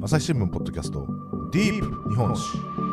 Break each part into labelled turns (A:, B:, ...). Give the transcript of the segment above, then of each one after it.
A: 朝日新聞ポッドキャストディープ日本史。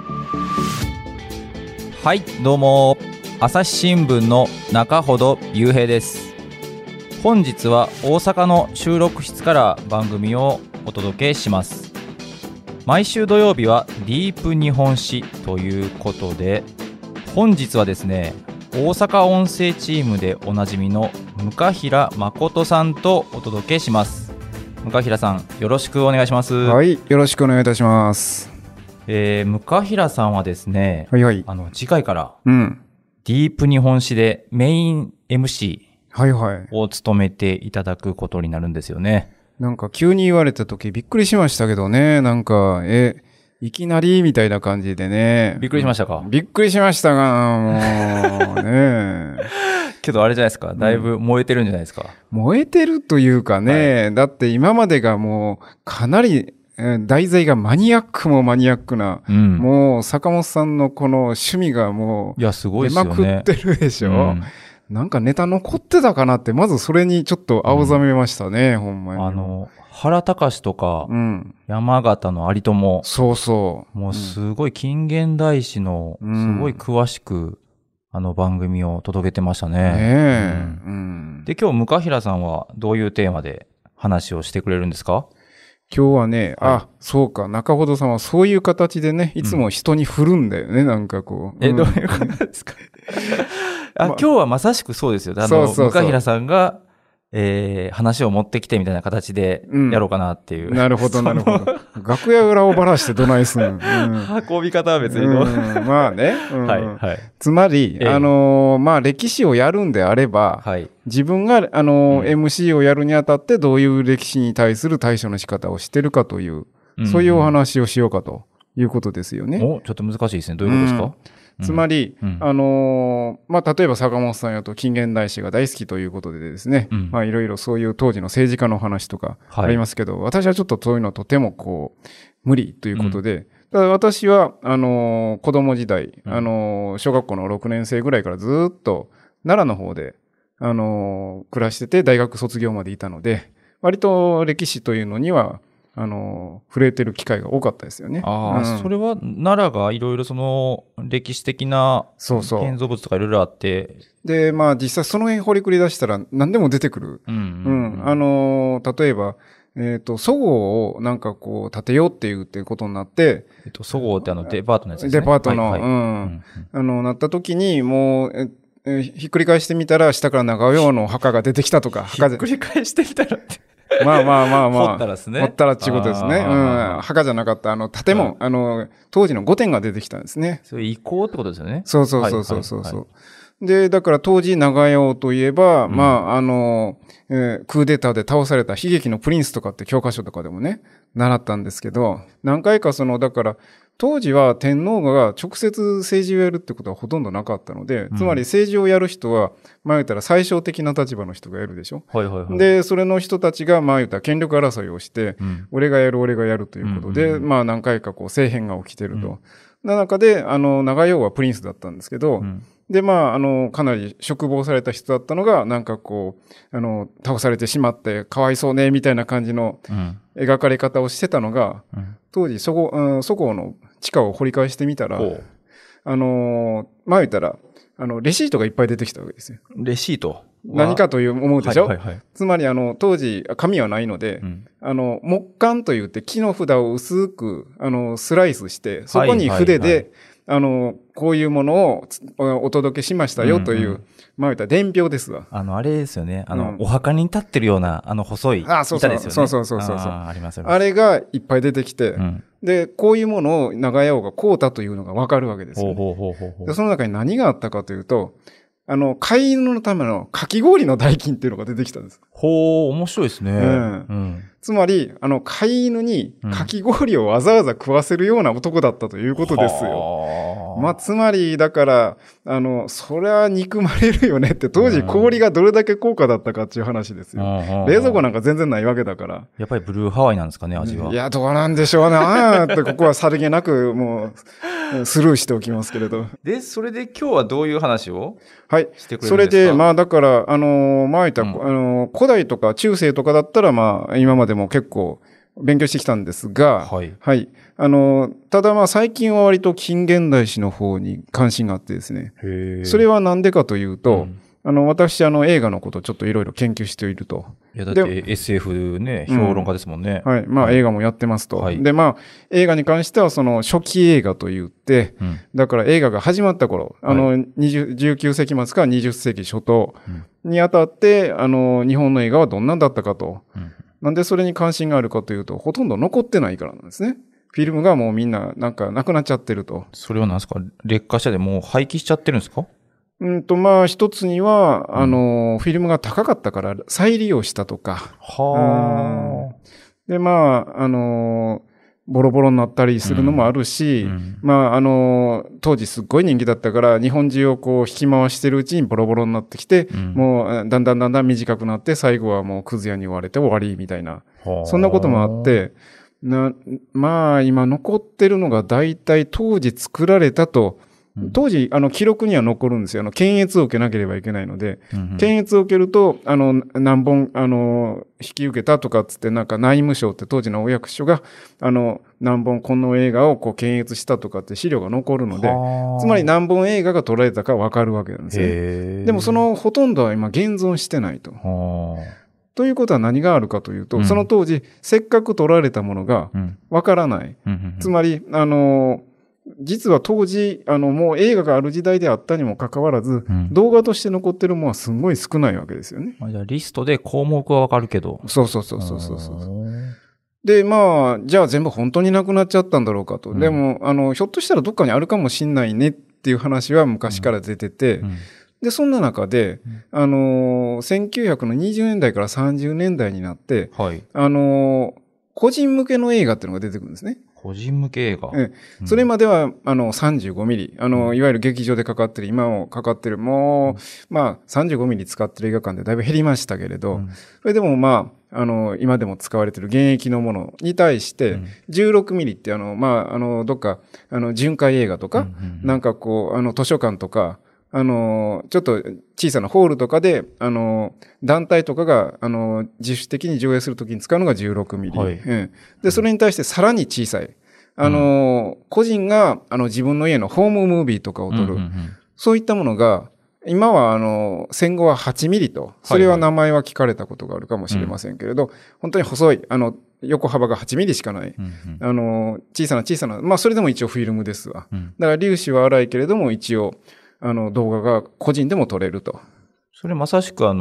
B: はい、どうも朝日新聞の中ほど雄平です。本日は大阪の収録室から番組をお届けします。毎週土曜日はディープ日本史ということで、本日はですね、大阪音声チームでおなじみの向平誠さんとお届けします。向平さん、よろしくお願いします。
C: はい、よろしくお願いいたします。
B: 向平さんはですね、
C: はいはい、
B: 次回から
C: うん、
B: ディープ日本史でメイン MC
C: はいはい、
B: を務めていただくことになるんですよね。
C: なんか急に言われた時びっくりしましたけどね。なんかいきなりみたいな感じでね。
B: びっくりしましたか？
C: びっくりしましたが、もうね。
B: けどあれじゃないですか、だいぶ燃えてるんじゃないですか。
C: 燃えてるというかね、
B: はい、
C: だって今までがもうかなり題材がマニアックもマニアックな、
B: うん、
C: もう坂本さんのこの趣味がもう
B: すごい
C: 出まくってるでしょ。うん、なんかネタ残ってたかなって、まずそれにちょっと青ざめましたね、ほんまに。
B: 原隆とか、山形の有友。
C: そうそう。
B: もうすごい近現代史の、すごい詳しく、番組を届けてましたね。で、今日向平さんはどういうテーマで話をしてくれるんですか？
C: 今日はね、そうか、中ほどさんはそういう形でね、いつも人に振るんだよね、なんかこう。
B: どういうことですか？今日はまさしくそうですよ。向平さんが、話を持ってきてみたいな形でやろうかなっていう。
C: なるほど、なるほど。楽屋裏をばらしてどないすん
B: 運び方は別に
C: まあね。つまり、歴史をやるんであれば、自分が、MC をやるにあたってどういう歴史に対する対処の仕方をしてるかという、そういうお話をしようかということですよね。
B: ちょっと難しいですね。どういうことですか？
C: つまり、例えば坂本さんやと近現代史が大好きということでですね、いろいろそういう当時の政治家の話とかありますけど、私はちょっとそういうのとても無理ということで、ただ私は、子供時代、小学校の6年生ぐらいからずっと奈良の方で、暮らしてて大学卒業までいたので、割と歴史というのには、触れてる機会が多かったですよね。
B: それは奈良がいろいろその歴史的な建造物とかいろいろあって。
C: で、実際その辺掘りくり出したら何でも出てくる。例えば、そごうをなんか建てようっていうことになって、
B: そごうってデパートのやつですね。
C: デパートの、なった時にもう、ひっくり返してみたら下から長尾の墓が出てきたとか。
B: ひっくり返してみたらって。
C: 掘
B: ったらですね。
C: 掘ったらっていうことですね。墓じゃなかった建物、当時の御殿が出てきたんですね。
B: それ遺構ってことですよね。
C: そう。で、だから当時長屋といえば、クーデターで倒された悲劇のプリンスとかって教科書とかでもね、習ったんですけど、何回かだから、当時は天皇が直接政治をやるってことはほとんどなかったので、つまり政治をやる人は、言ったら最小的な立場の人がやるでしょ。で、それの人たちが、言ったら権力争いをして、俺がやるということで、何回か政変が起きてると。中で、長屋はプリンスだったんですけど、で、かなり嘱望された人だったのが、倒されてしまって、かわいそうね、みたいな感じの描かれ方をしてたのが、当時、そごうの地下を掘り返してみたら、言ったら、レシートがいっぱい出てきたわけですよ。
B: レシート
C: 何かと思うでしょ？つまり、当時、紙はないので、木簡といって木の札を薄く、スライスして、そこに筆で、こういうものをお届けしましたよという、言ったら伝票ですわ。
B: あれですよね。お墓に立ってるような、細い板ですよね。
C: そう。
B: ありますよね。
C: あれがいっぱい出てきて、で、こういうものを長屋王が買うたというのがわかるわけですよ。で、その中に何があったかというと、飼い犬のためのかき氷の代金っていうのが出てきたんです。
B: 面白いですね。
C: つまり、飼い犬にかき氷をわざわざ食わせるような男だったということですよ。つまり、だから、そりゃ憎まれるよねって、当時氷がどれだけ高価だったかっていう話ですよ。冷蔵庫なんか全然ないわけだから。
B: やっぱりブルーハワイなんですかね、味は。
C: いや、どうなんでしょうね。って、ここはさりげなく、もう、スルーしておきますけれど。
B: で、それで今日はどういう話をしてくれるんですか？
C: それで、だから、古代とか中世とかだったら、今までも結構、 勉強してきたんですが、
B: はい。
C: ただまあ最近は割と近現代史の方に関心があってですね、
B: へえ。
C: それはなんでかというと、
B: うん、
C: 私映画のことをちょっといろいろ研究していると。
B: いや、だって SF ね、評論家ですもんね。
C: はい。まあ、映画もやってますと。
B: はい、
C: で、まあ、映画に関してはその初期映画と言って、だから映画が始まった頃、19世紀末から20世紀初頭にあたって、日本の映画はどんなんだったかと。なんでそれに関心があるかというと、ほとんど残ってないからなんですね。フィルムがもうみんななんかなくなっちゃってると。
B: それは何ですか？劣化してもう廃棄しちゃってるんですか？
C: まあ一つには、フィルムが高かったから再利用したとか。
B: はあ。
C: で、まあ、ボロボロになったりするのもあるし、まあ、当時すっごい人気だったから、日本中をこう引き回してるうちにボロボロになってきて、もうだんだん短くなって、最後はもうくず屋に追われて終わりみたいな。そんなこともあって、まあ、今残ってるのが大体当時作られたと、当時、記録には残るんですよ。検閲を受けなければいけないので、検閲を受けると、何本、引き受けたとかつって、なんか内務省って当時のお役所が、何本この映画をこう検閲したとかって資料が残るので、つまり何本映画が撮られたかわかるわけなんですね。でもそのほとんどは今現存してないと。ということは何があるかというと、その当時、せっかく撮られたものがわからない。つまり、実は当時、もう映画がある時代であったにもかかわらず、動画として残ってるものはすごい少ないわけですよね。
B: じゃあリストで項目はわかるけど。
C: そう。で、まあ、じゃあ全部本当になくなっちゃったんだろうかと。でも、ひょっとしたらどっかにあるかもしんないねっていう話は昔から出てて、で、そんな中で、1920年代から30年代になって、個人向けの映画っていうのが出てくるんですね。
B: 個人向け映画。
C: それまでは、35ミリ。いわゆる劇場でかかってる、今もかかってる、もう、まあ、35ミリ使ってる映画館でだいぶ減りましたけれど、それでもまあ、今でも使われてる現役のものに対して、16ミリってまあ、どっか、巡回映画とか、なんかこう、図書館とか、ちょっと小さなホールとかで、団体とかが、自主的に上映するときに使うのが16ミリ。で、それに対してさらに小さい。個人が、自分の家のホームムービーとかを撮る。そういったものが、今は、戦後は8ミリと、それは名前は聞かれたことがあるかもしれませんけれど、本当に細い、横幅が8ミリしかない。小さな、まあ、それでも一応フィルムですわ。だから粒子は粗いけれども、一応、動画が個人でも撮れると。
B: それまさしく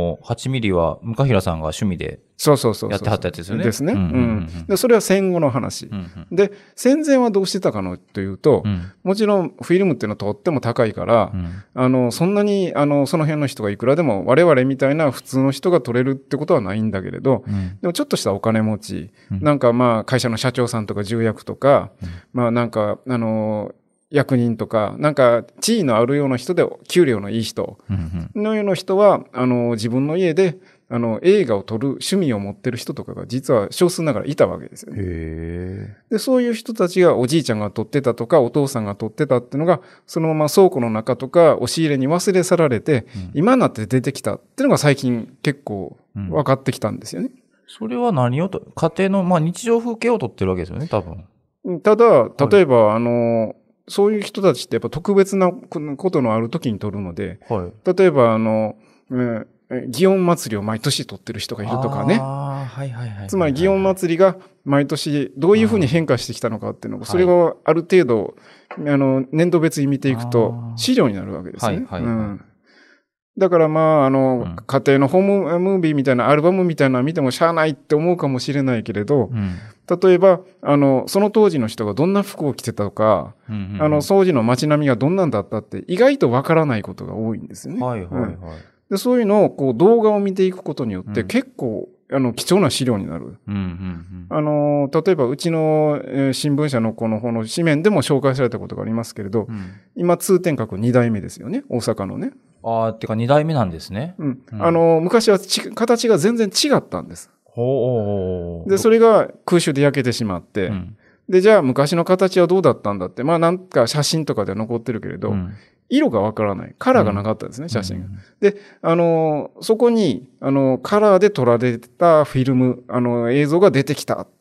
B: 8ミリは、向平さんが趣味でやってはったやつですよね。
C: ですね。で、それは戦後の話。で、戦前はどうしてたかのというと、もちろんフィルムっていうのはとっても高いから、そんなに、その辺の人がいくらでも我々みたいな普通の人が撮れるってことはないんだけれど、でもちょっとしたお金持ち、なんかまあ会社の社長さんとか重役とか、まあなんか、役人とか、なんか地位のあるような人で給料のいい人のような人は、自分の家で、映画を撮る趣味を持ってる人とかが実は少数ながらいたわけですよね。で、そういう人たちがおじいちゃんが撮ってたとか、お父さんが撮ってたっていうのが、そのまま倉庫の中とか押し入れに忘れ去られて、今になって出てきたっていうのが最近結構分かってきたんですよね。
B: それは何を家庭の、まあ日常風景を撮ってるわけですよね、多分。
C: ただ、例えば、そういう人たちってやっぱ特別なことのある時に撮るので、例えば祇園祭りを毎年撮ってる人がいるとかね。つまり祇園祭りが毎年どういうふうに変化してきたのかっていうのが、それがある程度、年度別に見ていくと資料になるわけですね。だからまあ、家庭のホームムービーみたいなアルバムみたいなの見てもしゃあないって思うかもしれないけれど、例えば、その当時の人がどんな服を着てたとか、当時の街並みがどんなんだったって意外とわからないことが多いんですよね。で、そういうのをこう動画を見ていくことによって結構、貴重な資料になる。例えば、うちの、新聞社のこの方の紙面でも紹介されたことがありますけれど、今、通天閣2代目ですよね。大阪のね。
B: てか2代目なんですね。
C: 昔は形が全然違ったんです。で、それが空襲で焼けてしまって、で、じゃあ昔の形はどうだったんだって、まあなんか写真とかでは残ってるけれど、色がわからない。カラーがなかったんですね、写真が。で、そこに、カラーで撮られたフィルム、映像が出てきたっ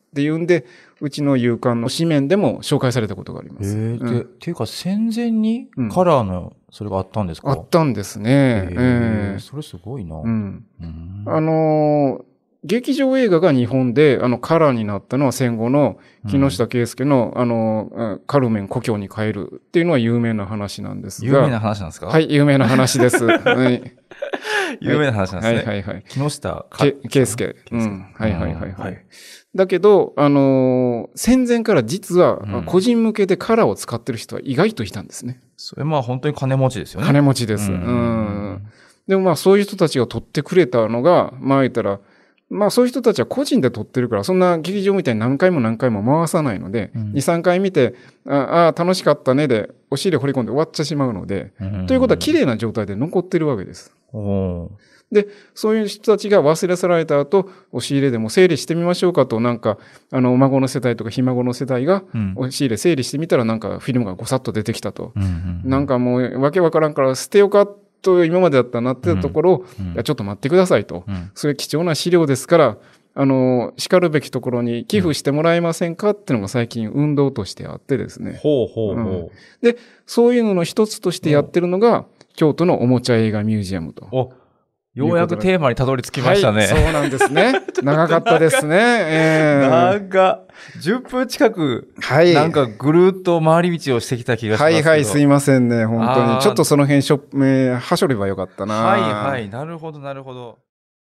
C: っていうんで、うちの夕刊の紙面でも紹介されたことがあります。
B: っていうか戦前にカラーのそれがあったんですか？
C: あったんですね。
B: それすごいな。
C: 劇場映画が日本でカラーになったのは戦後の木下圭介のカルメン故郷に帰るっていうのは有名な話なんですが。
B: 有名な話なんですか？
C: はい、有名な話です。はい、
B: 有名な話なんですね。
C: はいはいはい。
B: 木下
C: 圭介。はいはいはいはい。だけど、戦前から実は個人向けでカラーを使ってる人は意外といたんですね。
B: それ本当に金持ちですよね。
C: 金持ちです。でもそういう人たちが撮ってくれたのが、言ったら、そういう人たちは個人で撮ってるから、そんな劇場みたいに何回も何回も回さないので、2、3回見て、楽しかったねで、お尻掘り込んで終わっちゃしまうので、ということは綺麗な状態で残ってるわけです。で、そういう人たちが忘れ去られた後、押し入れでも整理してみましょうかと、孫の世代とかひ孫の世代が、押し入れ整理してみたらフィルムがごさっと出てきたと。もうわけわからんから捨てようかと今までだったらなってたところ、ちょっと待ってくださいと。そういう貴重な資料ですから、叱るべきところに寄付してもらえませんかっていうのが最近運動としてあってですね。で、そういうのの一つとしてやってるのが、京都のおもちゃ映画ミュージアムと。
B: ようやくテーマにたどり着きましたね。
C: はい、そうなんですね。長かったですね。
B: 10分近く、ぐるっと回り道をしてきた気がしますけど。
C: すいませんね、本当に。ちょっとその辺はしょればよかったな。
B: なるほど、なるほど。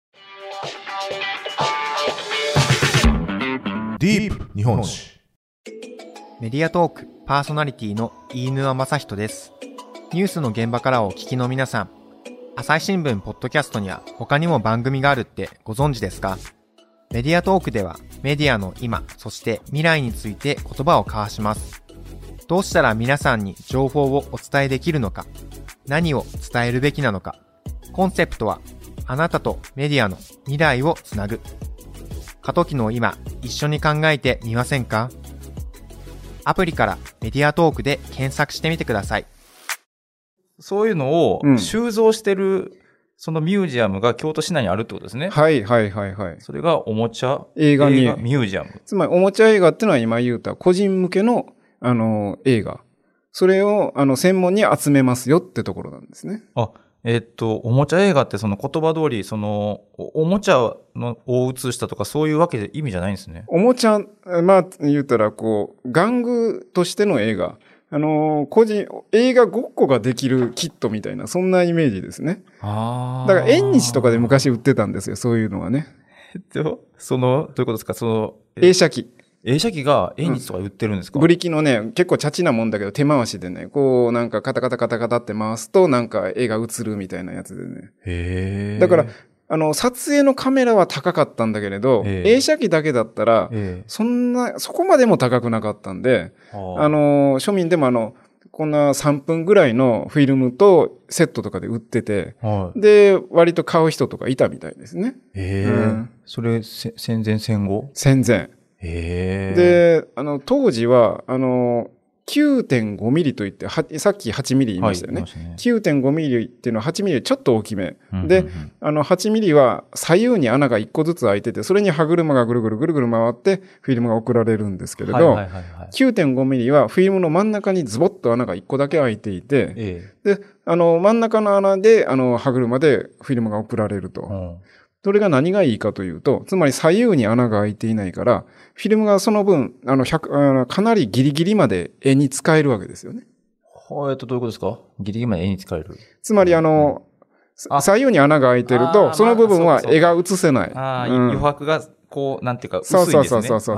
A: ディープ日本史。
D: メディアトークパーソナリティの飯沼正人です。ニュースの現場からお聞きの皆さん、朝日新聞ポッドキャストには他にも番組があるってご存知ですか？メディアトークではメディアの今、そして未来について言葉を交わします。どうしたら皆さんに情報をお伝えできるのか、何を伝えるべきなのか。コンセプトはあなたとメディアの未来をつなぐ。過渡期の今、一緒に考えてみませんか？アプリからメディアトークで検索してみてください。
B: そういうのを収蔵してる、そのミュージアムが京都市内にあるってことですね。
C: はい。
B: それがおもちゃ
C: 映画ミュ
B: ージアム。
C: つまりおもちゃ映画ってのは今言うた個人向けの、映画。それを専門に集めますよってところなんですね。
B: おもちゃ映画ってその言葉通り、おもちゃを映したとかそういうわけで意味じゃないんですね。
C: おもちゃ、言うたら玩具としての映画。映画ごっこができるキットみたいな、そんなイメージですね。だから縁日とかで昔売ってたんですよ、そういうのはね。
B: どういうことですか？
C: 映写機。
B: 映写機が縁日とか売ってるんですか？
C: ブリキのね、結構チャチなもんだけど手回しでね、カタカタって回すと絵が映るみたいなやつでね。だから、撮影のカメラは高かったんだけれど、映写機だけだったら、そこまでも高くなかったんで、庶民でもこんな3分ぐらいのフィルムとセットとかで売ってて、で、割と買う人とかいたみたいですね。
B: それ、戦前戦後？
C: 戦前。で、当時は、9.5 ミリといって、さっき8ミリ言いましたよね。9.5 ミリっていうのは8ミリちょっと大きめ。で、8ミリは左右に穴が1個ずつ開いてて、それに歯車がぐるぐる回ってフィルムが送られるんですけれど、9.5 ミリはフィルムの真ん中にズボッと穴が1個だけ開いていて、で、真ん中の穴で、歯車でフィルムが送られると。それが何がいいかというと、つまり左右に穴が開いていないから、フィルムがその分、かなりギリギリまで絵に使えるわけですよね。
B: どういうことですか？ギリギリまで絵に使える。
C: つまり左右に穴が開いてると、その部分は絵が映せない。
B: 余白が、なんていうか、薄いんですね。
C: そう。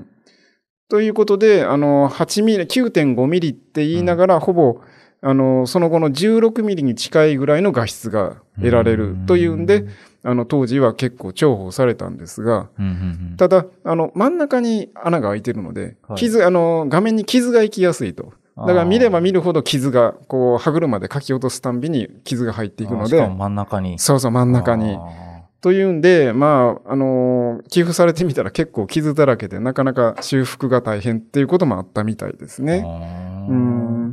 C: ということで、8ミリ、9.5 ミリって言いながら、ほぼ、その後の16ミリに近いぐらいの画質が得られるというんで、当時は結構重宝されたんですが、ただ、真ん中に穴が開いてるので、画面に傷が行きやすいと。だから見れば見るほど傷が、歯車で書き落とすたんびに傷が入っていくので。
B: しかも真ん中に。
C: そう、真ん中に。というんで、寄付されてみたら結構傷だらけで、なかなか修復が大変っていうこともあったみたいですね。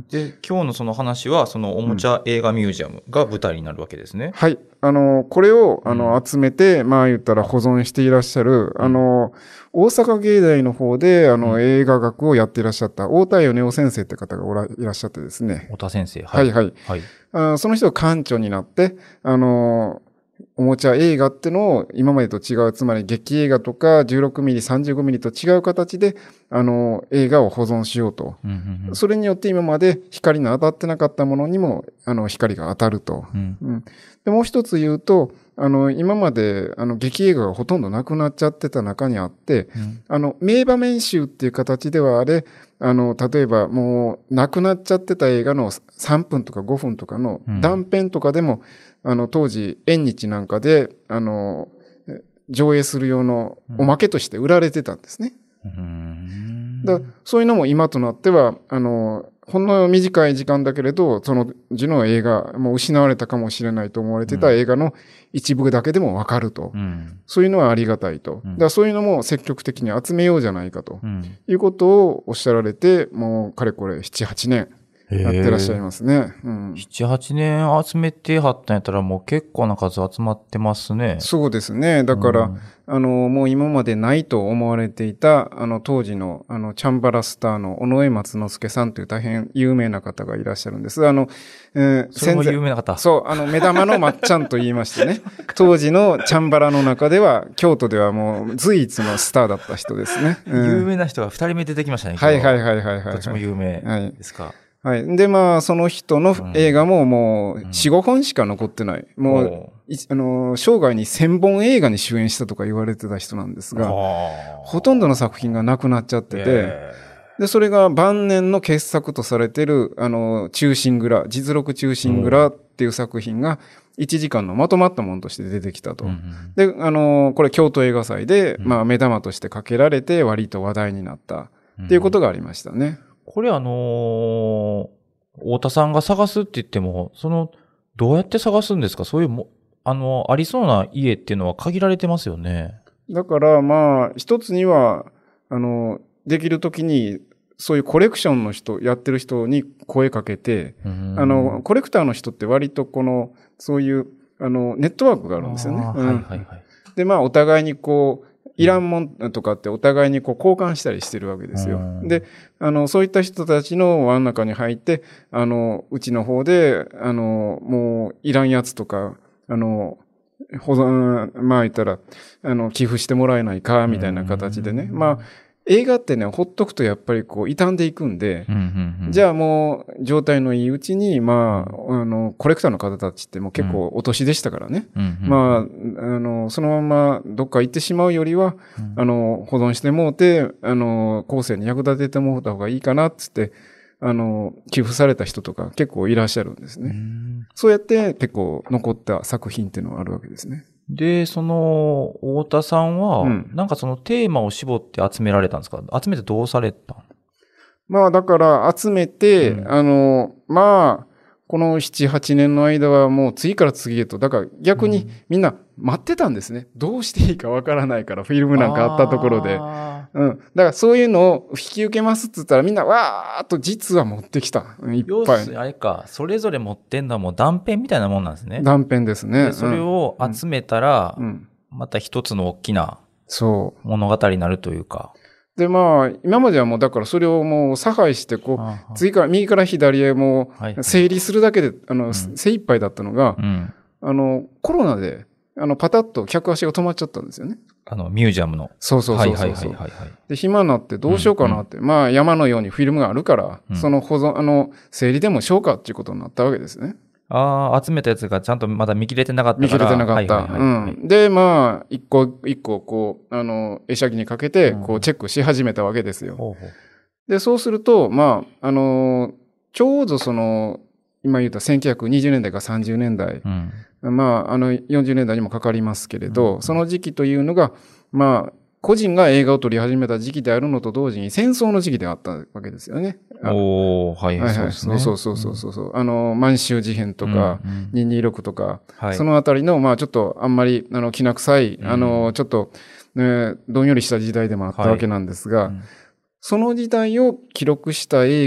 B: で、今日のその話は、そのおもちゃ映画ミュージアムが舞台になるわけですね。
C: はい。これを、集めて、まあ言ったら保存していらっしゃる、大阪芸大の方で、映画学をやっていらっしゃった、大田米夫先生って方がいらっしゃってですね。
B: 太田先生。
C: はい、はい、はい。その人が館長になって、おもちゃ映画ってのを今までと違う、つまり劇映画とか16ミリ、35ミリと違う形で、映画を保存しようと。それによって今まで光の当たってなかったものにも、光が当たると。で、もう一つ言うと、今まで、劇映画がほとんどなくなっちゃってた中にあって、名場面集っていう形ではあれ、例えばもう、なくなっちゃってた映画の3分とか5分とかの断片とかでも、当時、縁日なんかで、上映する用のおまけとして売られてたんですね。そういうのも今となっては、ほんの短い時間だけれど、その時の映画、もう失われたかもしれないと思われてた映画の一部だけでもわかると。そういうのはありがたいと。だからそういうのも積極的に集めようじゃないかと。いうことをおっしゃられて、もうかれこれ7、8年。やってらっしゃいますね。
B: 7、8年集めてはったんやったらもう結構な数集まってますね。
C: そうですね。だから、もう今までないと思われていた、当時の、チャンバラスターの尾上松之助さんという大変有名な方がいらっしゃるんです。
B: それも有名な方。
C: そう、目玉のまっちゃんと言いましてね。当時のチャンバラの中では、京都ではもう随一のスターだった人ですね。
B: 有名な人が2人目出てきましたね。
C: はい。
B: どっちも有名ですか。
C: はい。で、まあ、その人の映画ももう、4、5本しか残ってない。もう、生涯に1000本映画に主演したとか言われてた人なんですが、ほとんどの作品がなくなっちゃってて、で、それが晩年の傑作とされてる、忠臣蔵、実録忠臣蔵っていう作品が、1時間のまとまったものとして出てきたと。で、これ京都映画祭で、まあ、目玉としてかけられて、割と話題になったっていうことがありましたね。
B: これ太田さんが探すって言っても、どうやって探すんですか？そういうありそうな家っていうのは限られてますよね。
C: だからまあ、一つには、できるときに、そういうコレクションの人、やってる人に声かけて、コレクターの人って割とそういう、ネットワークがあるんですよね。で、まあ、お互いにいらんもんとかってお互いに交換したりしてるわけですよ。で、そういった人たちの輪の中に入って、うちの方で、もういらんやつとか、保存、まあ言ったら、寄付してもらえないか、みたいな形でね。まあ、映画ってね、ほっとくとやっぱり傷んでいくんで、じゃあもう状態のいいうちに、まあ、コレクターの方たちってもう結構お年でしたからね。まあ、そのままどっか行ってしまうよりは、保存してもうて、後世に役立ててもうた方がいいかなっつって、寄付された人とか結構いらっしゃるんですね。そうやって結構残った作品っていうのはあるわけですね。
B: で、太田さんは、なんかそのテーマを絞って集められたんですか？集めてどうされた？
C: まあだから集めて、まあ、この7、8年の間はもう次から次へと、だから逆にみんな待ってたんですね。どうしていいかわからないからフィルムなんかあったところで。だからそういうのを引き受けますって言ったらみんなわーっと実は持ってきた。いっぱい。
B: あれか、それぞれ持ってんのはもう断片みたいなもんなんですね。
C: 断片ですね。
B: でそれを集めたら、また一つの大きな物語になるというか。
C: で、まあ、今まではもう、だからそれをもう差配して、次から、右から左へもう、整理するだけで、精一杯だったのが、コロナで、パタッと客足が止まっちゃったんですよね。
B: ミュージアムの。
C: そう。で、暇になってどうしようかなって。まあ、山のようにフィルムがあるから、その保存、整理でもしようかっていうことになったわけですね。
B: 集めたやつがちゃんとまだ見切れてなかったから。
C: 見切れてなかった。で、まあ、一個一個、会釈にかけて、チェックし始めたわけですよ。で、そうすると、まあ、ちょうど今言った1920年代か30年代、まあ、40年代にもかかりますけれど、その時期というのが、まあ、個人が映画を撮り始めた時期であるのと同時に戦争の時期であったわけですよね。
B: そうですね。
C: そう。満州事変とか、226とか、そのあたりの、まあちょっとあんまり、きな臭い、ちょっと、どんよりした時代でもあったわけなんですが、その時代を記録した映画っ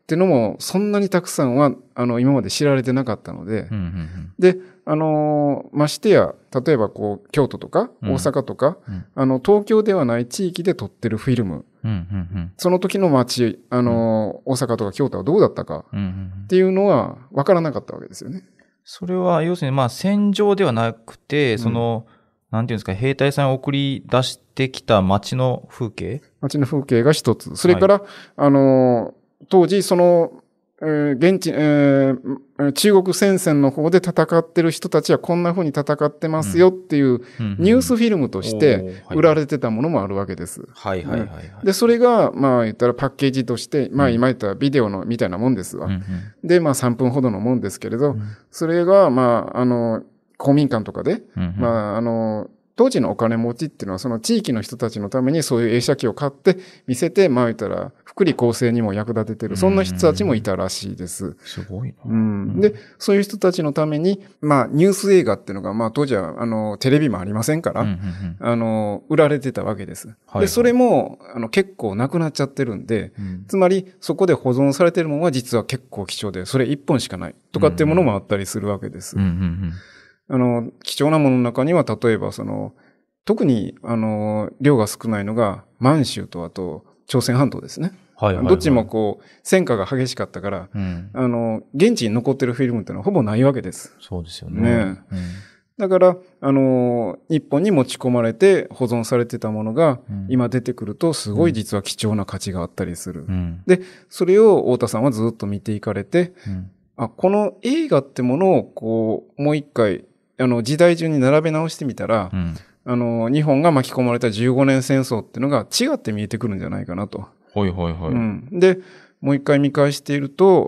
C: ってのもそんなにたくさんは今まで知られてなかったので、で、ましてや、例えばこう、京都とか大阪とか、東京ではない地域で撮ってるフィルム、その時の街、大阪とか京都はどうだったかっていうのは分からなかったわけですよね。
B: それは要するに戦場ではなくて、なんていうんですか、兵隊さんを送り出してきた街の風景？
C: 街の風景が一つ。それから、当時現地、中国戦線の方で戦ってる人たちはこんな風に戦ってますよっていうニュースフィルムとして売られてたものもあるわけです。で、それが、言ったらパッケージとして、今言ったビデオのみたいなもんですわ。で、3分ほどのもんですけれど、それが、公民館とかで、当時のお金持ちっていうのはその地域の人たちのためにそういう映写機を買って見せて、言ったら福利厚生にも役立ててる、そんな人たちもいたらしいです。
B: すごいな。
C: で、そういう人たちのために、ニュース映画っていうのが、当時はテレビもありませんから、売られてたわけです。で、それも結構なくなっちゃってるんで、つまりそこで保存されてるものは実は結構貴重で、それ一本しかないとかっていうものもあったりするわけです。貴重なものの中には、例えば特に、量が少ないのが、満州とあと、朝鮮半島ですね。どっちも戦火が激しかったから、現地に残ってるフィルムっていうのはほぼないわけです。
B: そうですよね。
C: だから、日本に持ち込まれて保存されてたものが、今出てくると、すごい実は貴重な価値があったりする。で、それを太田さんはずっと見ていかれて、この映画ってものを、もう一回、時代順に並べ直してみたら、日本が巻き込まれた15年戦争っていうのが違って見えてくるんじゃないかなと。で、もう一回見返していると、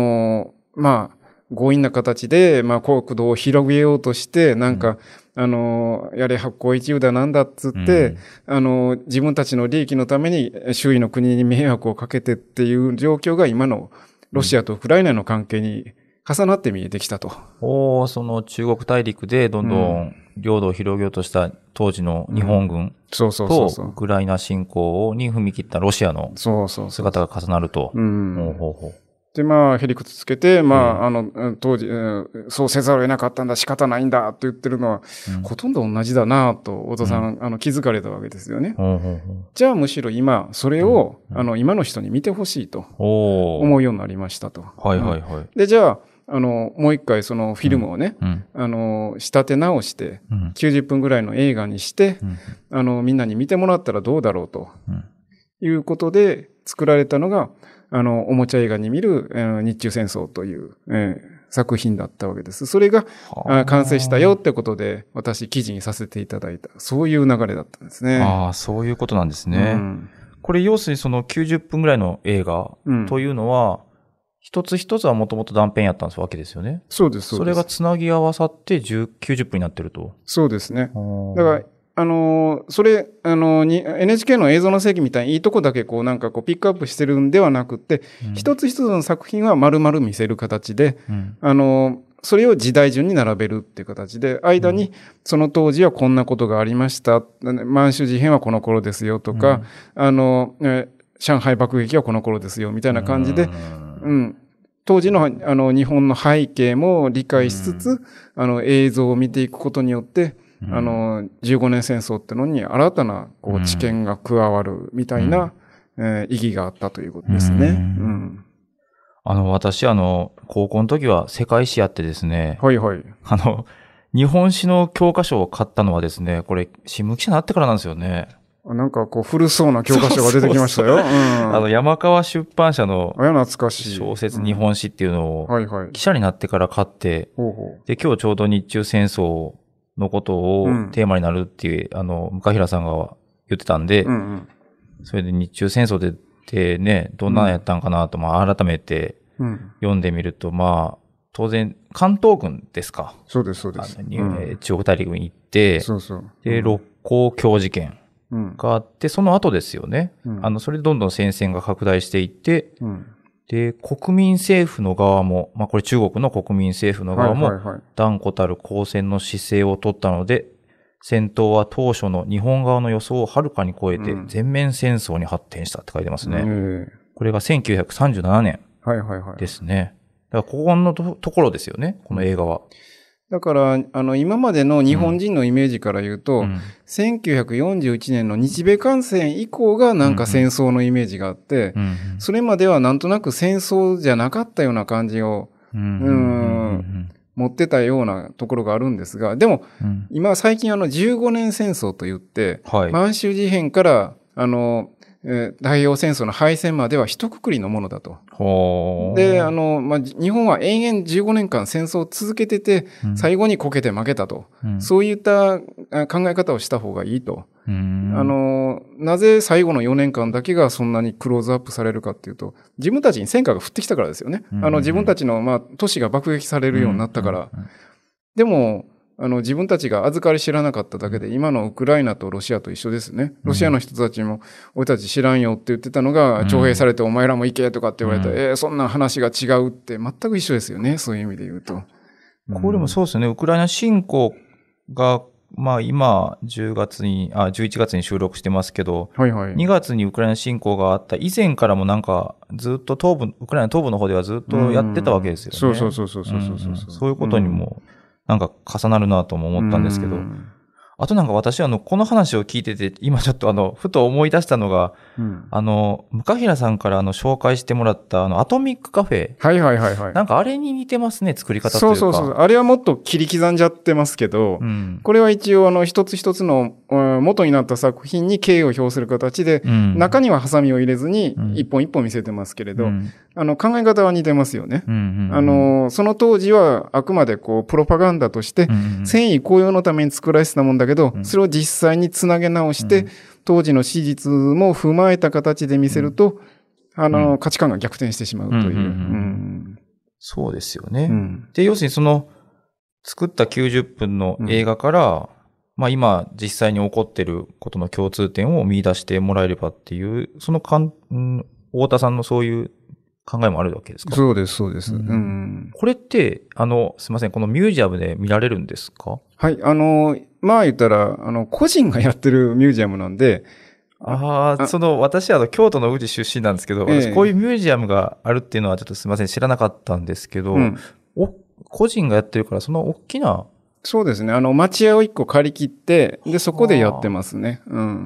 C: 強引な形で、国土を広げようとして、やれ八甲一憂だなんだっつって、自分たちの利益のために周囲の国に迷惑をかけてっていう状況が今のロシアとウクライナの関係に重なって見えてきたと。
B: その中国大陸でどんどん領土を広げようとした当時の日本軍とウクライナ侵攻に踏み切ったロシアの姿が重なると。
C: で、へりくつつけて、当時、そうせざるを得なかったんだ、仕方ないんだって言ってるのは、ほとんど同じだなと、太田さん、気づかれたわけですよね。じゃあむしろ今、それを、今の人に見てほしいと思うようになりましたと。で、じゃあ、もう一回そのフィルムをね、仕立て直して、90分ぐらいの映画にして、みんなに見てもらったらどうだろうと、いうことで作られたのが、おもちゃ映画に見る、日中戦争という、作品だったわけです。それが、完成したよってことで、私記事にさせていただいた、そういう流れだったんですね。
B: そういうことなんですね。これ要するにその90分ぐらいの映画というのは、一つ一つはもともと断片やったんですわけですよね。
C: そうです。
B: それがつなぎ合わさって90分になってると。
C: そうですね。だから、それ、NHK の映像の世紀みたいにいいとこだけピックアップしてるんではなくて、一つ一つの作品は丸々見せる形で、それを時代順に並べるっていう形で、間にその当時はこんなことがありました。満州事変はこの頃ですよとか、上海爆撃はこの頃ですよみたいな感じで、当時の日本の背景も理解しつつ、映像を見ていくことによって、15年戦争ってのに新たな知見が加わるみたいな、意義があったということですね。
B: 私高校の時は世界史やってですね。日本史の教科書を買ったのはですね、これ新聞記者になってからなんですよね。
C: 古そうな教科書が出てきましたよ。
B: 山川出版社の
C: 懐かしい
B: 小説日本史っていうのを記者になってから買って、で、今日ちょうど日中戦争のことをテーマになるっていう、向平さんが言ってたんで、それで日中戦争でね、どんなのやったんかなと、改めて読んでみると、当然、関東軍ですか。
C: そうです、そうです。
B: 中国大陸に行って、で、六甲橋事件があって、その後ですよね。それでどんどん戦線が拡大していって、で、国民政府の側も、これ中国の国民政府の側も、断固たる抗戦の姿勢を取ったので、戦闘は当初の日本側の予想をはるかに超えて、全面戦争に発展したって書いてますね。これが1937年。
C: はいはいはい。
B: ですね。だからここのところですよね、この映画は。
C: だから、今までの日本人のイメージから言うと、
B: うん
C: 1941年の日米艦戦以降がなんか戦争のイメージがあって、
B: うん
C: それまではなんとなく戦争じゃなかったような感じを、持ってたようなところがあるんですが、でも、今最近15年戦争と言って、
B: はい
C: 満州事変から太平洋戦争の敗戦までは一括りのものだと。
B: ほー
C: で、日本は延々15年間戦争を続けてて、最後にこけて負けたと。そういった考え方をした方がいいと。なぜ最後の4年間だけがそんなにクローズアップされるかっていうと、自分たちに戦火が降ってきたからですよね。自分たちの、都市が爆撃されるようになったから。でも、自分たちが預かり知らなかっただけで、今のウクライナとロシアと一緒ですね。ロシアの人たちも、俺たち知らんよって言ってたのが、徴兵されてお前らも行けとかって言われたら、そんな話が違うって全く一緒ですよね。そういう意味で言うと。
B: これもそうですよね。ウクライナ侵攻が、今、11月に収録してますけど、
C: はいはい。
B: 2月にウクライナ侵攻があった以前からもなんか、ずっとウクライナ東部の方ではずっとやってたわけですよね。
C: そう。
B: そういうことにも、なんか重なるなとも思ったんですけど、あとなんか私この話を聞いてて、今ちょっとふと思い出したのが、向平さんから紹介してもらったアトミックカフェ。
C: はい。
B: なんかあれに似てますね、作り方というか。
C: そう。あれはもっと切り刻んじゃってますけど、これは一応一つ一つの元になった作品に敬意を表する形で、中にはハサミを入れずに一本一本見せてますけれど、考え方は似てますよね。その当時はあくまでプロパガンダとして、戦意高揚のために作られてたもんだけど、それを実際につなげ直して、当時の史実も踏まえた形で見せると、価値観が逆転してしまうという。
B: そうですよね。で、要するに作った90分の映画から、今実際に起こっていることの共通点を見出してもらえればっていう、太田さんのそういう考えもあるわけですか？
C: そうです。
B: これって、すいません、このミュージアムで見られるんですか？
C: はい、言ったら、個人がやってるミュージアムなんで、
B: 私京都の宇治出身なんですけど、私こういうミュージアムがあるっていうのはちょっとすいません、知らなかったんですけど、個人がやってるから、その大きな。
C: そうですね、町屋を一個借り切って、で、そこでやってますね。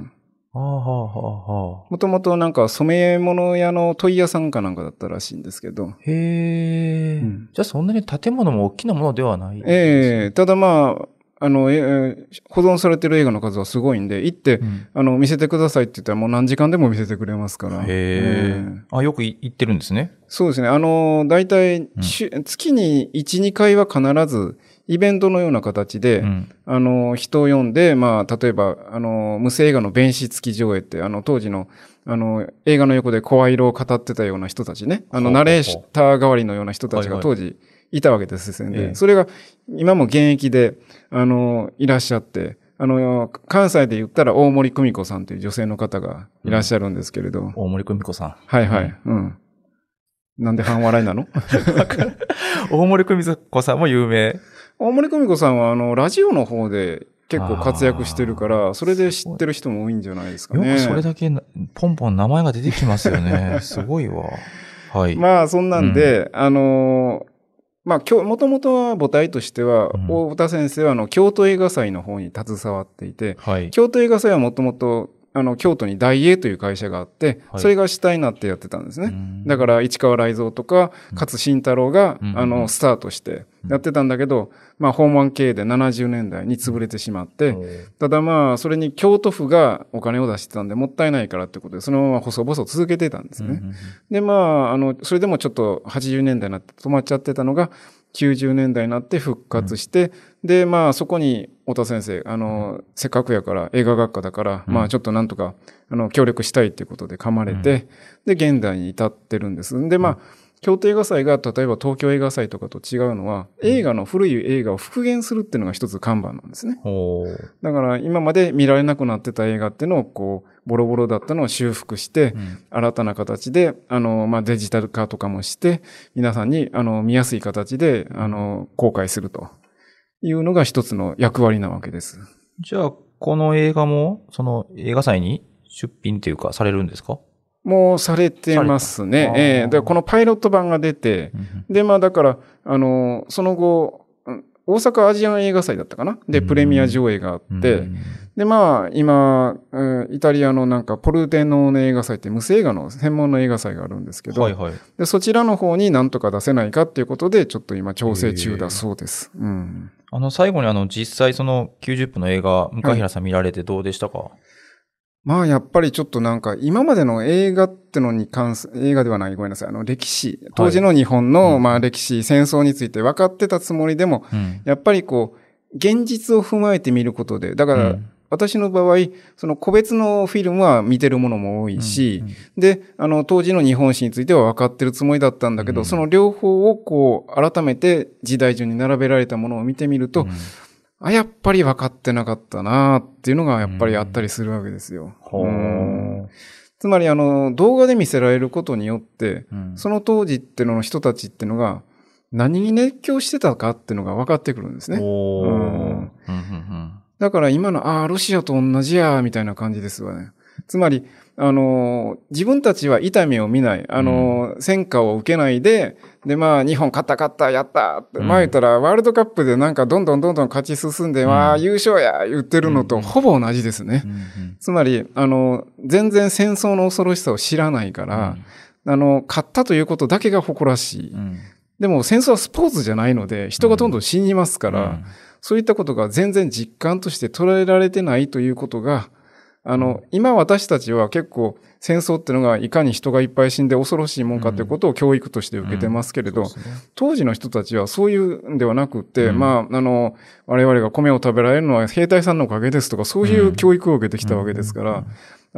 C: もともとなんか染め物屋の問屋さんかなんかだったらしいんですけど。
B: へー。じゃあそんなに建物も大きなものではないですね。
C: ただ保存されてる映画の数はすごいんで、行って、見せてくださいって言ったらもう何時間でも見せてくれますから。
B: よく行ってるんですね。
C: そうですね。だいたい月に1、2回は必ずイベントのような形で、人を呼んで、例えば、無声映画の弁士付き上映って、当時の、映画の横で声色を語ってたような人たちね、ナレーター代わりのような人たちが当時いたわけですね。それが、今も現役で、いらっしゃって、関西で言ったら大森久美子さんという女性の方がいらっしゃるんですけれど。
B: 大森久美子さん。
C: はい。なんで半笑いなの？
B: 大森久美子さんも有名。
C: 大森久美子さんはラジオの方で結構活躍してるから、それで知ってる人も多いんじゃないですかね。
B: よくそれだけポンポン名前が出てきますよね。すごいわ。はい。
C: そんなんで、もともとは母体としては、大田先生は京都映画祭の方に携わっていて、京都映画祭はもともと京都に大映という会社があって、それが主体になってやってたんですね。だから、市川雷蔵とか、勝新太郎が、スタートしてやってたんだけど、訪問経営で70年代に潰れてしまって、ただそれに京都府がお金を出してたんで、もったいないからってことで、そのまま細々続けてたんですね。で、それでもちょっと80年代になって止まっちゃってたのが、90年代になって復活して、で、そこに、太田先生、せっかくやから、映画学科だから、ちょっとなんとか、協力したいっていうことで噛まれて、で、現代に至ってるんです。で、京都映画祭が、例えば東京映画祭とかと違うのは、古い映画を復元するっていうのが一つ看板なんですね。だから、今まで見られなくなってた映画っていうのを、ボロボロだったのを修復して、新たな形で、デジタル化とかもして、皆さんに、見やすい形で、公開するというのが一つの役割なわけです。
B: じゃあ、この映画も、その映画祭に出品っていうか、されるんですか？
C: もうされてますね。で、このパイロット版が出て、で、まあだから、その後、大阪アジアン映画祭だったかなで、プレミア上映があって、で、まあ、今、イタリアのなんか、ポルテノーネ映画祭って無声映画の専門の映画祭があるんですけど、でそちらの方になんとか出せないかっていうことで、ちょっと今調整中だそうです。
B: 最後に実際その90分の映画、向平さん見られてどうでしたか？
C: まあ、やっぱりちょっとなんか、今までの映画ってのに映画ではない、ごめんなさい、歴史、当時の日本の、まあ歴史、戦争について分かってたつもりでも、やっぱりこう、現実を踏まえて見ることで、だから、私の場合、その個別のフィルムは見てるものも多いし、で、当時の日本史については分かってるつもりだったんだけど、その両方をこう、改めて時代順に並べられたものを見てみると、やっぱり分かってなかったなっていうのがやっぱりあったりするわけですよ。つまり動画で見せられることによって、その当時っての人たちってのが何に熱狂してたかっていうのが分かってくるんですね。だから今の、ロシアと同じや、みたいな感じですわね。つまり、自分たちは痛みを見ない、戦火を受けないで、で、まあ、日本勝った、やったって、前言ったら、ワールドカップでなんかどんどん勝ち進んで、優勝や、言ってるのとほぼ同じですね。つまり、全然戦争の恐ろしさを知らないから、勝ったということだけが誇らしい。でも、戦争はスポーツじゃないので、人がどんどん死にますから、そういったことが全然実感として捉えられてないということが、今私たちは結構戦争ってのがいかに人がいっぱい死んで恐ろしいもんかということを教育として受けてますけれど、当時の人たちはそういうんではなくって、まあ、我々が米を食べられるのは兵隊さんのおかげですとか、そういう教育を受けてきたわけですから、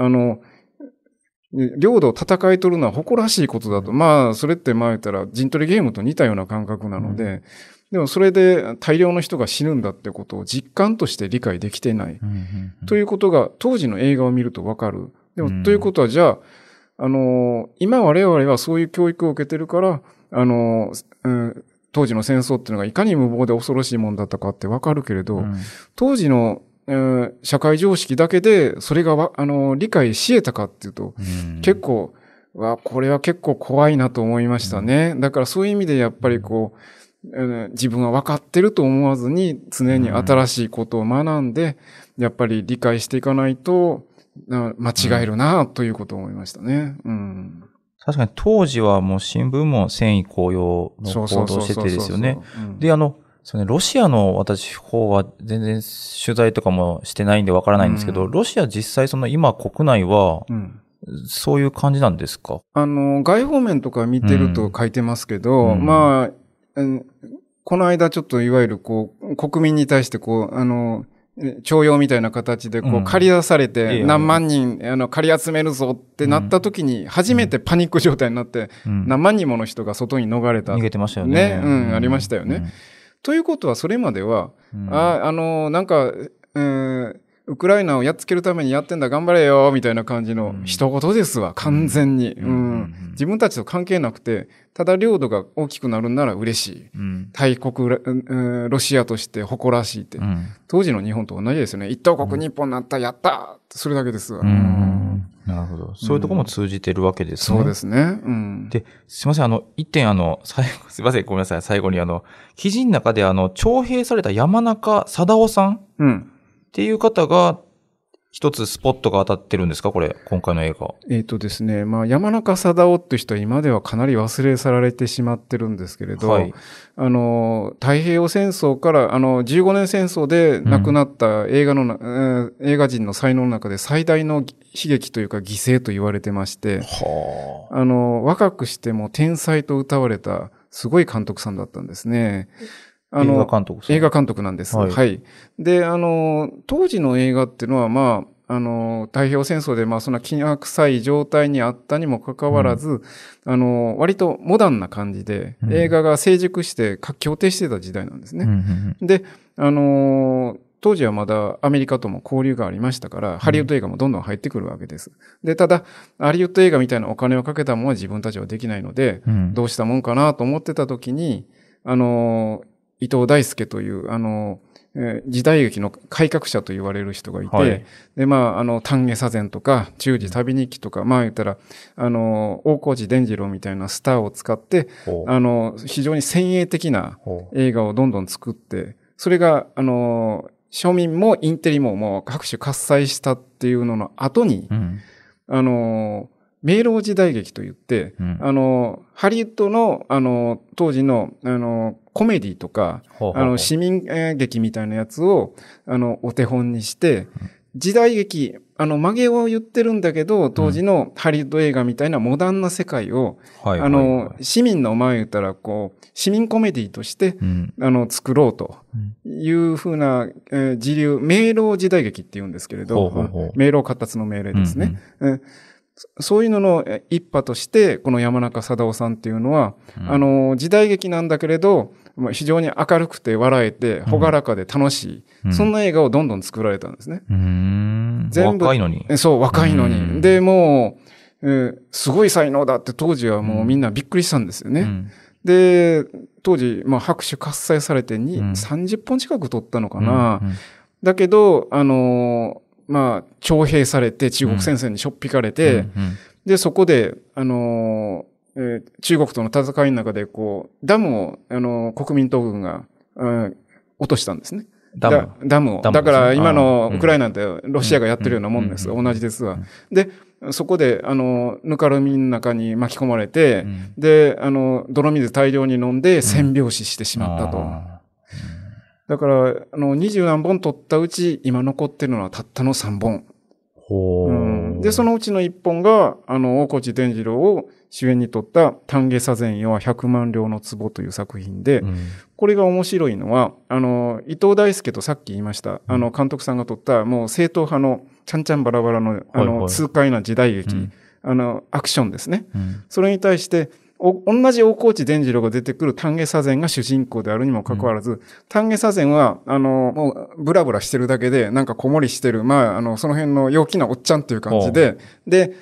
C: 領土を戦い取るのは誇らしいことだと。まあ、それって言ったら陣取りゲームと似たような感覚なので、でもそれで大量の人が死ぬんだってことを実感として理解できていない。ということが当時の映画を見るとわかる。でも、ということはじゃあ、今我々はそういう教育を受けてるから、当時の戦争っていうのがいかに無謀で恐ろしいもんだったかってわかるけれど、当時の社会常識だけでそれが理解し得たかっていうと、結構、これは結構怖いなと思いましたね。だからそういう意味でやっぱりこう、自分は分かってると思わずに常に新しいことを学んで、やっぱり理解していかないと間違えるなということを思いましたね。
B: 確かに当時はもう新聞も戦意高揚の報道しててですよね。で、ロシアの私方は全然取材とかもしてないんでわからないんですけど、ロシア実際今国内は、そういう感じなんですか？
C: 外方面とか見てると書いてますけど、まあ、この間ちょっといわゆるこう、国民に対してこう、徴用みたいな形でこう、借り出されて、何万人、借り集めるぞってなった時に、初めてパニック状態になって、何万人もの人が外に逃れた。
B: 逃げてましたよね。
C: ありましたよね。ということは、それまでは、なんか、ウクライナをやっつけるためにやってんだ、頑張れよ、みたいな感じの一言ですわ、完全に。自分たちと関係なくて、ただ領土が大きくなるんなら嬉しい。大国、ロシアとして誇らしいって。当時の日本と同じですよね。一等国日本になった、やったそれだけですわ。
B: なるほど。そういうところも通じてるわけですね。
C: そうですね。
B: で、すいません、一点最後、すいません、ごめんなさい、最後に記事の中で徴兵された山中貞夫さんっていう方が、一つスポットが当たってるんですかこれ、今回の映画。
C: ですね、まあ、山中貞夫っていう人は今ではかなり忘れ去られてしまってるんですけれど、太平洋戦争から、15年戦争で亡くなった映画人の才能の中で最大の悲劇というか犠牲と言われてまして、若くしても天才と謳われたすごい監督さんだったんですね。
B: 映画監督
C: 映画監督なんです。はい。で、当時の映画っていうのは、まあ、太平洋戦争で、まあ、そんな気が臭い状態にあったにもかかわらず、割とモダンな感じで、映画が成熟して活気を呈してた時代なんですね。で、当時はまだアメリカとも交流がありましたから、ハリウッド映画もどんどん入ってくるわけです。で、ただ、ハリウッド映画みたいなお金をかけたものは自分たちはできないので、どうしたもんかなと思ってた時に、伊藤大輔という、 時代劇の改革者と言われる人がいて、
B: はい、
C: で、丹下左膳とか、忠治旅日記とか、言ったら、大河内伝次郎みたいなスターを使って、非常に先鋭的な映画をどんどん作って、それが、庶民もインテリももう各種喝采したっていうのの後に、明朗時代劇といって、ハリウッドの、当時の、コメディとか、市民劇みたいなやつを、お手本にして、時代劇、曲げを言ってるんだけど、当時のハリウッド映画みたいなモダンな世界を、市民の前言ったら、市民コメディとして、作ろうというふうな、時流、明朗時代劇って言うんですけれど、明朗闊達の命令ですね。そういうのの一派として、この山中貞夫さんっていうのは、時代劇なんだけれど、非常に明るくて笑えて、ほがらかで楽しい、そんな映画をどんどん作られたんですね。
B: 全部若いのに。
C: そう、若いのに。で、もう、すごい才能だって当時はもうみんなびっくりしたんですよね。で、当時、拍手喝采されて30本近く取ったのかな。だけど、徴兵されて、中国戦線にしょっぴかれて、で、そこで、中国との戦いの中で、ダムを、国民党軍が、落としたんですね。ダムを。だから、今のウクライナでロシアがやってるようなもんですが、同じですわ。で、そこで、ぬかるみの中に巻き込まれて、で、泥水大量に飲んで、戦病死してしまったと。だから、20何本取ったうち、今残ってるのはたったの3本。で、そのうちの1本が、大河内伝次郎を主演に取った丹下左膳は100万両の壺という作品で、これが面白いのは、伊藤大輔とさっき言いました、監督さんが撮ったもう正統派のちゃんちゃんバラバラの、痛快な時代劇、アクションですね。それに対して、同じ大河内伝次郎が出てくる丹下左膳が主人公であるにもかかわらず、丹下左膳は、もう、ブラブラしてるだけで、なんか子守してる、その辺の陽気なおっちゃんっていう感じで、で、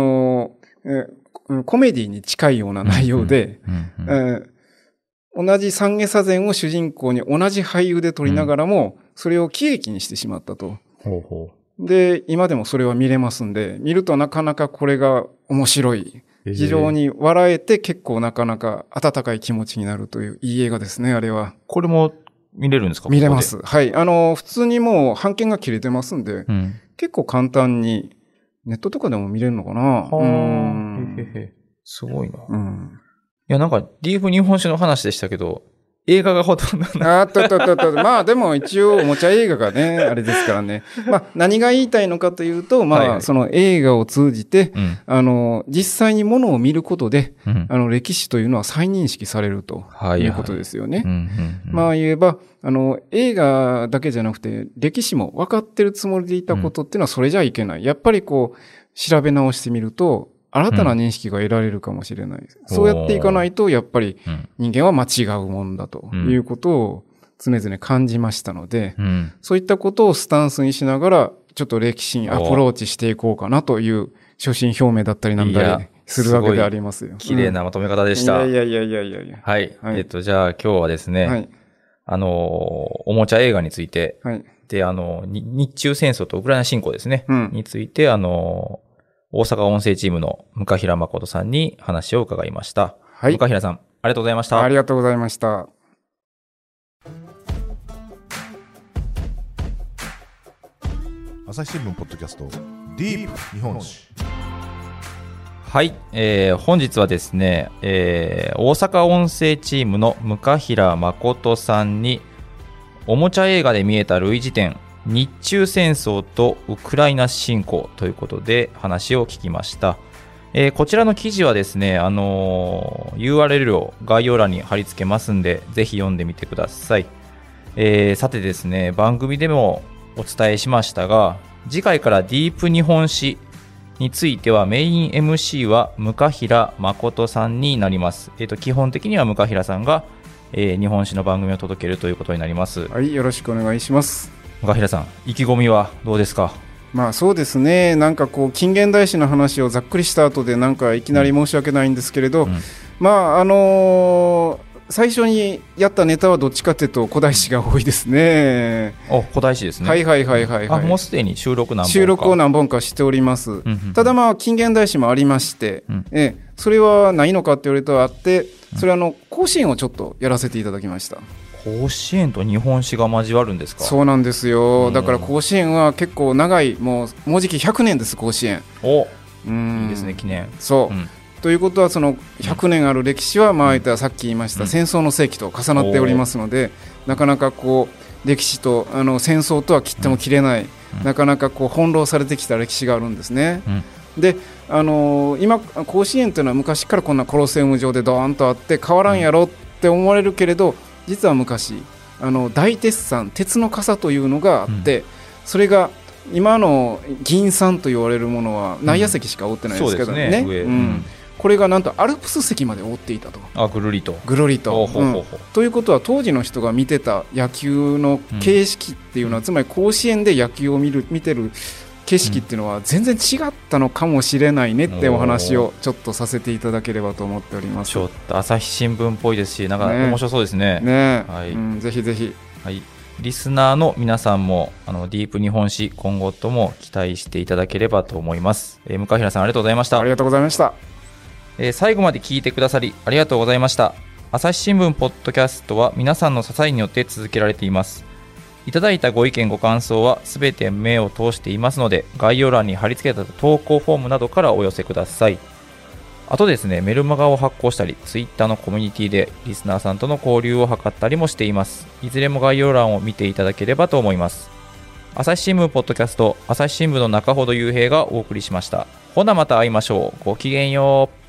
C: コメディに近いような内容で、同じ丹下左膳を主人公に同じ俳優で撮りながらも、それを喜劇にしてしまったと。で、今でもそれは見れますんで、見るとなかなかこれが面白い。非常に笑えて結構なかなか温かい気持ちになるといういい映画ですね、あれは。
B: これも見れるんですか？
C: 見れます。はい。普通にもう版権が切れてますんで、結構簡単にネットとかでも見れるのかな。
B: すごいな。いや、なんかディープ日本史の話でしたけど、映画がほとんどない。
C: でも一応おもちゃ映画がね、あれですからね。何が言いたいのかというと、その映画を通じて、実際にものを見ることで、歴史というのは再認識されるということですよね。言えば、映画だけじゃなくて、歴史も分かってるつもりでいたことっていうのはそれじゃいけない。やっぱり調べ直してみると、新たな認識が得られるかもしれない。そうやっていかないと、やっぱり人間は間違うもんだということを常々感じましたので、そういったことをスタンスにしながら、ちょっと歴史にアプローチしていこうかなという所信表明だったりなんだりするわけでありますよ。
B: 綺麗なまとめ方でした。
C: いや。
B: はい。じゃあ今日はですね、おもちゃ映画について、で、日中戦争とウクライナ侵攻ですね、について、大阪音声チームの向平誠さんに話を伺いました。向平さん、ありがとうございました。
C: ありがとうございました。
A: 朝日新聞ポッドキャストディープ日本史。
B: はい、本日はですね、大阪音声チームの向平誠さんにおもちゃ映画で見えた類似点、日中戦争とウクライナ侵攻ということで話を聞きました。こちらの記事はですね、URL を概要欄に貼り付けますんで、ぜひ読んでみてください。さてですね、番組でもお伝えしましたが、次回からディープ日本史についてはメイン MC は向平誠さんになります。基本的には向平さんが、日本史の番組を届けるということになります。
C: はい、よろしくお願いします。
B: 向平さん、意気込みはどうですか？
C: そうですね、なんか近現代史の話をざっくりした後でなんかいきなり申し訳ないんですけれど、 最初にやったネタはどっちかというと古代史が多いですね。
B: 古代史ですね。
C: はいはいはいはい、はい、
B: もうすでに収録何本か
C: 収録を何本かしております、うんうんうん、ただまあ近現代史もありまして、うん、それはないのかって言われるとあって、それは甲子園をちょっとやらせていただきました。
B: 甲子園と日本史が交わるんですか？
C: そうなんですよ。だから甲子園は結構長い、もうじき100年です甲子園。
B: いいですね、記念。
C: そう、ということはその100年ある歴史は、まあさっき言いました戦争の世紀と重なっておりますので、なかなかこう歴史と戦争とは切っても切れない、なかなかこう翻弄されてきた歴史があるんですね。で今甲子園というのは昔からこんなコロセウム上でドーンとあって変わらんやろって思われるけれど、実は昔大鉄山、鉄の傘というのがあって、それが今の銀山と言われるものは内野席しか覆ってないですけどね、これがなんとアルプス席まで覆っていたと。
B: ぐるりと
C: ということは当時の人が見てた野球の形式っていうのは、つまり甲子園で野球を見てる景色っていうのは全然違ったのかもしれないねってお話をちょっとさせていただければと思っております。
B: ちょっと朝日新聞っぽいですし、なんか面白そうですね。
C: はい、ぜひぜひ、
B: はい、リスナーの皆さんもディープ日本史今後とも期待していただければと思います。向平さんありがとうございました。
C: ありがとうございました。
B: 最後まで聞いてくださりありがとうございました。朝日新聞ポッドキャストは皆さんの支えによって続けられています。いただいたご意見ご感想はすべて目を通していますので、概要欄に貼り付けた投稿フォームなどからお寄せください。あとですね、メルマガを発行したり、ツイッターのコミュニティでリスナーさんとの交流を図ったりもしています。いずれも概要欄を見ていただければと思います。朝日新聞ポッドキャスト、朝日新聞の中ほど雄平がお送りしました。ほなまた会いましょう。ごきげんよう。